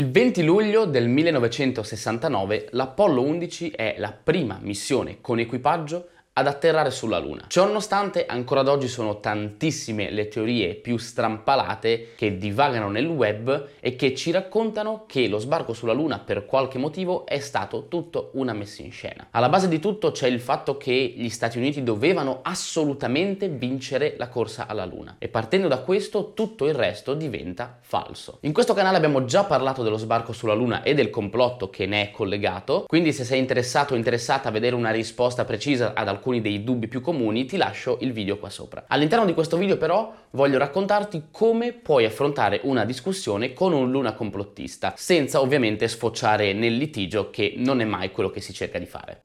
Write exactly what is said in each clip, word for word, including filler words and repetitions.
Il venti luglio del millenovecentosessantanove l'Apollo undici è la prima missione con equipaggio ad atterrare sulla Luna. Ciononostante, ancora ad oggi sono tantissime le teorie più strampalate che divagano nel web e che ci raccontano che lo sbarco sulla Luna per qualche motivo è stato tutto una messa in scena. Alla base di tutto c'è il fatto che gli Stati Uniti dovevano assolutamente vincere la corsa alla Luna e partendo da questo tutto il resto diventa falso. In questo canale abbiamo già parlato dello sbarco sulla Luna e del complotto che ne è collegato, quindi se sei interessato o interessata a vedere una risposta precisa ad alcuni dei dubbi più comuni ti lascio il video qua sopra. All'interno di questo video però voglio raccontarti come puoi affrontare una discussione con un luna complottista senza ovviamente sfociare nel litigio, che non è mai quello che si cerca di fare.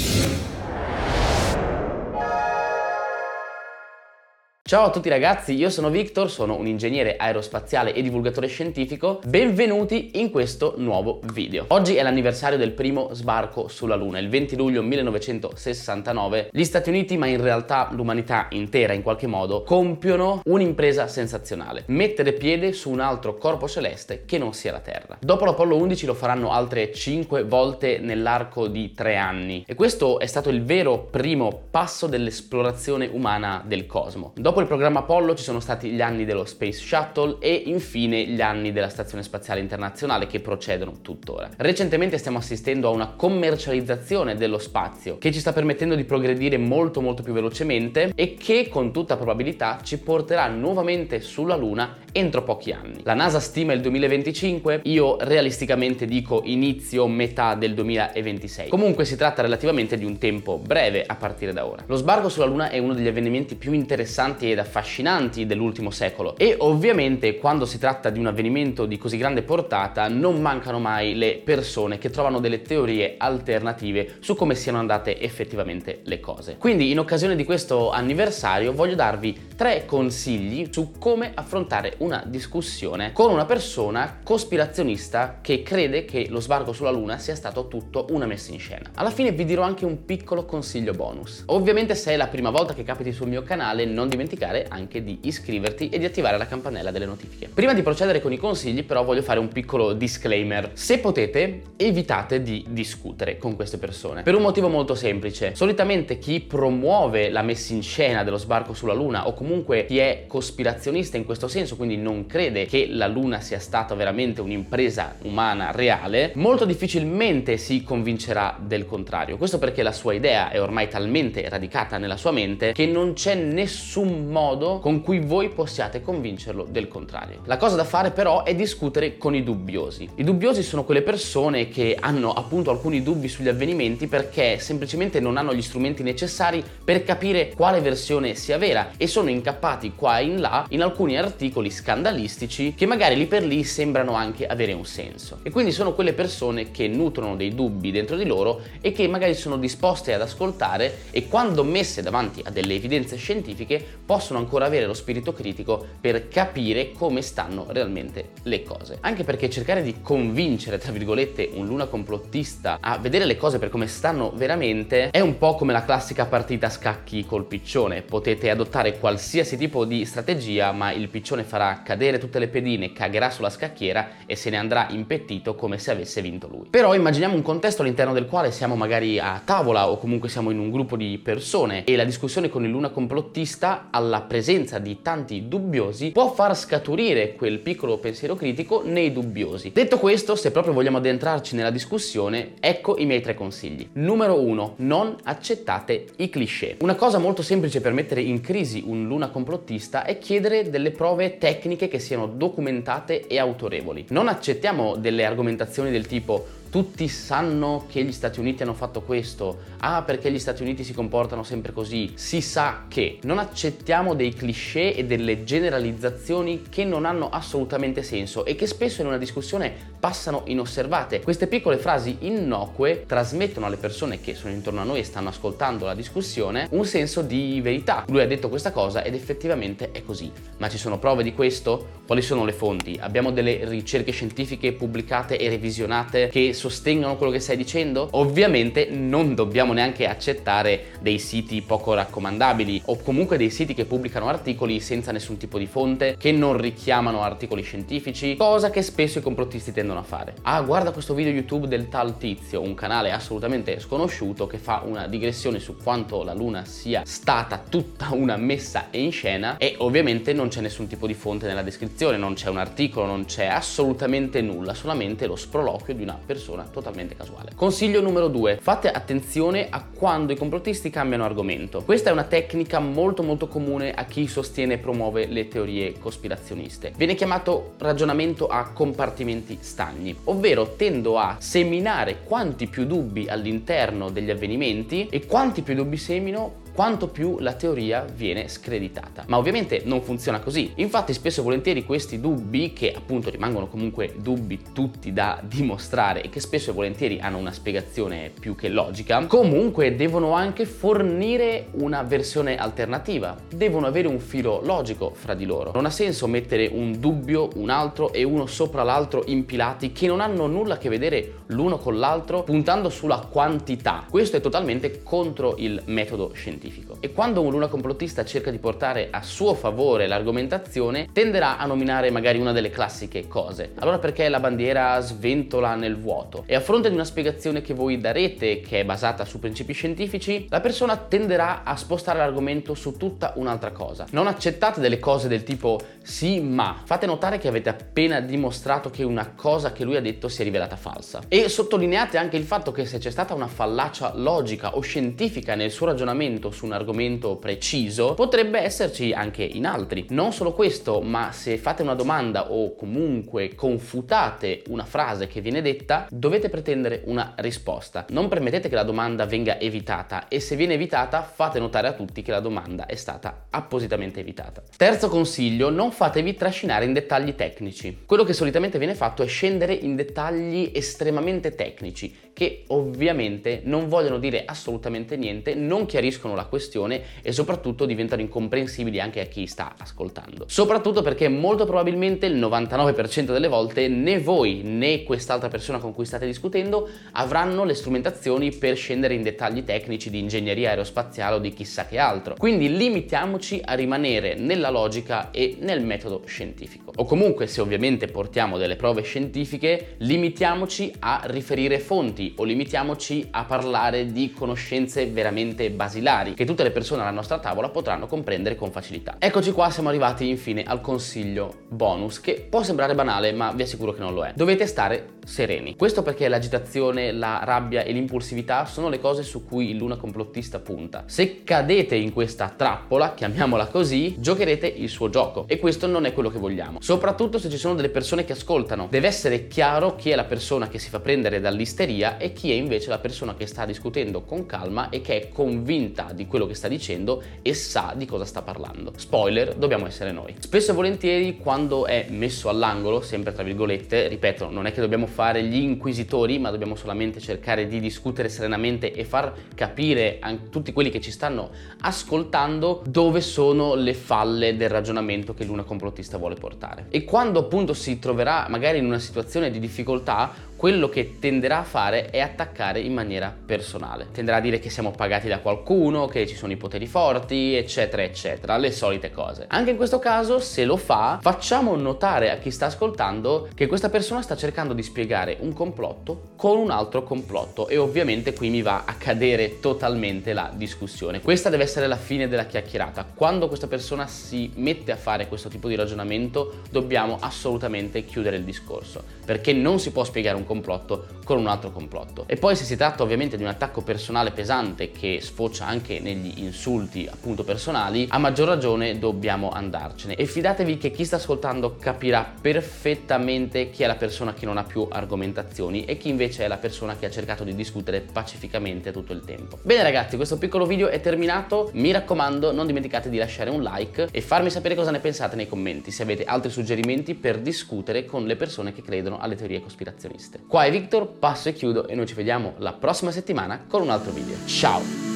Ciao a tutti ragazzi, io sono Victor, sono un ingegnere aerospaziale e divulgatore scientifico. Benvenuti in questo nuovo video. Oggi è l'anniversario del primo sbarco sulla Luna, il venti luglio millenovecentosessantanove. Gli Stati Uniti, ma in realtà l'umanità intera in qualche modo, compiono un'impresa sensazionale: mettere piede su un altro corpo celeste che non sia la Terra. Dopo l'Apollo undici lo faranno altre cinque volte nell'arco di tre anni e questo è stato il vero primo passo dell'esplorazione umana del cosmo. Dopo Dopo il programma Apollo ci sono stati gli anni dello Space Shuttle e infine gli anni della Stazione Spaziale Internazionale che procedono tuttora. Recentemente stiamo assistendo a una commercializzazione dello spazio che ci sta permettendo di progredire molto molto più velocemente e che con tutta probabilità ci porterà nuovamente sulla Luna entro pochi anni. La NASA stima il duemilaventicinque, io realisticamente dico inizio metà del duemilaventisei. Comunque si tratta relativamente di un tempo breve a partire da ora. Lo sbarco sulla Luna è uno degli avvenimenti più interessanti ed affascinanti dell'ultimo secolo e ovviamente quando si tratta di un avvenimento di così grande portata non mancano mai le persone che trovano delle teorie alternative su come siano andate effettivamente le cose. Quindi in occasione di questo anniversario voglio darvi tre consigli su come affrontare una discussione con una persona cospirazionista che crede che lo sbarco sulla Luna sia stato tutto una messa in scena. Alla fine vi dirò anche un piccolo consiglio bonus. Ovviamente se è la prima volta che capiti sul mio canale non dimenticare anche di iscriverti e di attivare la campanella delle notifiche. Prima di procedere con i consigli però voglio fare un piccolo disclaimer. Se potete evitate di discutere con queste persone per un motivo molto semplice. Solitamente chi promuove la messa in scena dello sbarco sulla Luna o comunque chi è cospirazionista in questo senso, quindi non crede che la Luna sia stata veramente un'impresa umana reale, molto difficilmente si convincerà del contrario. Questo perché la sua idea è ormai talmente radicata nella sua mente che non c'è nessun modo con cui voi possiate convincerlo del contrario. La cosa da fare però è discutere con i dubbiosi. I dubbiosi sono quelle persone che hanno appunto alcuni dubbi sugli avvenimenti perché semplicemente non hanno gli strumenti necessari per capire quale versione sia vera e sono incappati qua e in là in alcuni articoli scandalistici che magari lì per lì sembrano anche avere un senso. E quindi sono quelle persone che nutrono dei dubbi dentro di loro e che magari sono disposte ad ascoltare e quando messe davanti a delle evidenze scientifiche possono ancora avere lo spirito critico per capire come stanno realmente le cose. Anche perché cercare di convincere, tra virgolette, un luna complottista a vedere le cose per come stanno veramente è un po' come la classica partita a scacchi col piccione. Potete adottare qualsiasi tipo di strategia, ma il piccione farà cadere tutte le pedine, cagherà sulla scacchiera e se ne andrà impettito come se avesse vinto lui. Però immaginiamo un contesto all'interno del quale siamo magari a tavola o comunque siamo in un gruppo di persone e la discussione con il luna complottista alla presenza di tanti dubbiosi può far scaturire quel piccolo pensiero critico nei dubbiosi. Detto questo, se proprio vogliamo addentrarci nella discussione, ecco i miei tre consigli. Numero uno, non accettate i cliché. Una cosa molto semplice per mettere in crisi un luna complottista è chiedere delle prove tecniche che siano documentate e autorevoli. Non accettiamo delle argomentazioni del tipo tutti sanno che gli Stati Uniti hanno fatto questo, ah perché gli Stati Uniti si comportano sempre così, si sa che. Non accettiamo dei cliché e delle generalizzazioni che non hanno assolutamente senso e che spesso in una discussione passano inosservate. Queste piccole frasi innocue trasmettono alle persone che sono intorno a noi e stanno ascoltando la discussione un senso di verità. Lui ha detto questa cosa ed effettivamente è così. Ma ci sono prove di questo? Quali sono le fonti? Abbiamo delle ricerche scientifiche pubblicate e revisionate che sostengono quello che stai dicendo? Ovviamente non dobbiamo neanche accettare dei siti poco raccomandabili o comunque dei siti che pubblicano articoli senza nessun tipo di fonte, che non richiamano articoli scientifici, cosa che spesso i complottisti tendono a fare. Ah, guarda questo video YouTube del tal tizio, un canale assolutamente sconosciuto che fa una digressione su quanto la Luna sia stata tutta una messa in scena, e ovviamente non c'è nessun tipo di fonte nella descrizione, non c'è un articolo, non c'è assolutamente nulla, solamente lo sproloquio di una persona totalmente casuale. Consiglio numero due: fate attenzione a quando i complottisti cambiano argomento. Questa è una tecnica molto molto comune a chi sostiene e promuove le teorie cospirazioniste. Viene chiamato ragionamento a compartimenti stagni, ovvero tendo a seminare quanti più dubbi all'interno degli avvenimenti, e quanti più dubbi semino, quanto più la teoria viene screditata. Ma ovviamente non funziona così. Infatti spesso e volentieri questi dubbi, che appunto rimangono comunque dubbi tutti da dimostrare e che spesso e volentieri hanno una spiegazione più che logica, comunque devono anche fornire una versione alternativa, devono avere un filo logico fra di loro. Non ha senso mettere un dubbio, un altro e uno sopra l'altro impilati, che non hanno nulla a che vedere l'uno con l'altro, puntando sulla quantità. Questo è totalmente contro il metodo scientifico. E quando un luna complottista cerca di portare a suo favore l'argomentazione, tenderà a nominare magari una delle classiche cose. Allora perché la bandiera sventola nel vuoto? E a fronte di una spiegazione che voi darete, che è basata su principi scientifici, la persona tenderà a spostare l'argomento su tutta un'altra cosa. Non accettate delle cose del tipo sì ma, fate notare che avete appena dimostrato che una cosa che lui ha detto si è rivelata falsa. E sottolineate anche il fatto che se c'è stata una fallacia logica o scientifica nel suo ragionamento su un argomento preciso, potrebbe esserci anche in altri. Non solo questo, ma se fate una domanda o comunque confutate una frase che viene detta, dovete pretendere una risposta. Non permettete che la domanda venga evitata, e se viene evitata fate notare a tutti che la domanda è stata appositamente evitata. Terzo consiglio: non fatevi trascinare in dettagli tecnici. Quello che solitamente viene fatto è scendere in dettagli estremamente tecnici, che ovviamente non vogliono dire assolutamente niente, non chiariscono la questione e soprattutto diventano incomprensibili anche a chi sta ascoltando. Soprattutto perché molto probabilmente il novantanove per cento delle volte né voi né quest'altra persona con cui state discutendo avranno le strumentazioni per scendere in dettagli tecnici di ingegneria aerospaziale o di chissà che altro. Quindi limitiamoci a rimanere nella logica e nel metodo scientifico. O comunque, se ovviamente portiamo delle prove scientifiche, limitiamoci a riferire fonti o limitiamoci a parlare di conoscenze veramente basilari che tutte le persone alla nostra tavola potranno comprendere con facilità. Eccoci qua, siamo arrivati infine al consiglio bonus, che può sembrare banale ma vi assicuro che non lo è. Dovete stare sereni. Questo perché l'agitazione, la rabbia e l'impulsività sono le cose su cui il luna complottista punta. Se cadete in questa trappola, chiamiamola così, giocherete il suo gioco, e questo non è quello che vogliamo. Soprattutto se ci sono delle persone che ascoltano, deve essere chiaro chi è la persona che si fa prendere dall'isteria e chi è invece la persona che sta discutendo con calma e che è convinta di quello che sta dicendo e sa di cosa sta parlando. Spoiler, dobbiamo essere noi. Spesso e volentieri quando è messo all'angolo, sempre tra virgolette, ripeto, non è che dobbiamo fare gli inquisitori, ma dobbiamo solamente cercare di discutere serenamente e far capire a tutti quelli che ci stanno ascoltando dove sono le falle del ragionamento che l'una complottista vuole portare. E quando appunto si troverà magari in una situazione di difficoltà, quello che tenderà a fare è attaccare in maniera personale. Tenderà a dire che siamo pagati da qualcuno, che ci sono i poteri forti, eccetera eccetera, le solite cose. Anche in questo caso, se lo fa, facciamo notare a chi sta ascoltando che questa persona sta cercando di spiegare un complotto con un altro complotto, e ovviamente qui mi va a cadere totalmente la discussione. Questa deve essere la fine della chiacchierata. Quando questa persona si mette a fare questo tipo di ragionamento, dobbiamo assolutamente chiudere il discorso, perché non si può spiegare un complotto con un altro complotto. E poi se si tratta ovviamente di un attacco personale pesante che sfocia anche negli insulti appunto personali, a maggior ragione dobbiamo andarcene. E fidatevi che chi sta ascoltando capirà perfettamente chi è la persona che non ha più argomentazioni e chi invece è la persona che ha cercato di discutere pacificamente tutto il tempo. Bene ragazzi, questo piccolo video è terminato. Mi raccomando, non dimenticate di lasciare un like e farmi sapere cosa ne pensate nei commenti, se avete altri suggerimenti per discutere con le persone che credono alle teorie cospirazioniste. Qua è Victor, passo e chiudo, e noi ci vediamo la prossima settimana con un altro video. Ciao!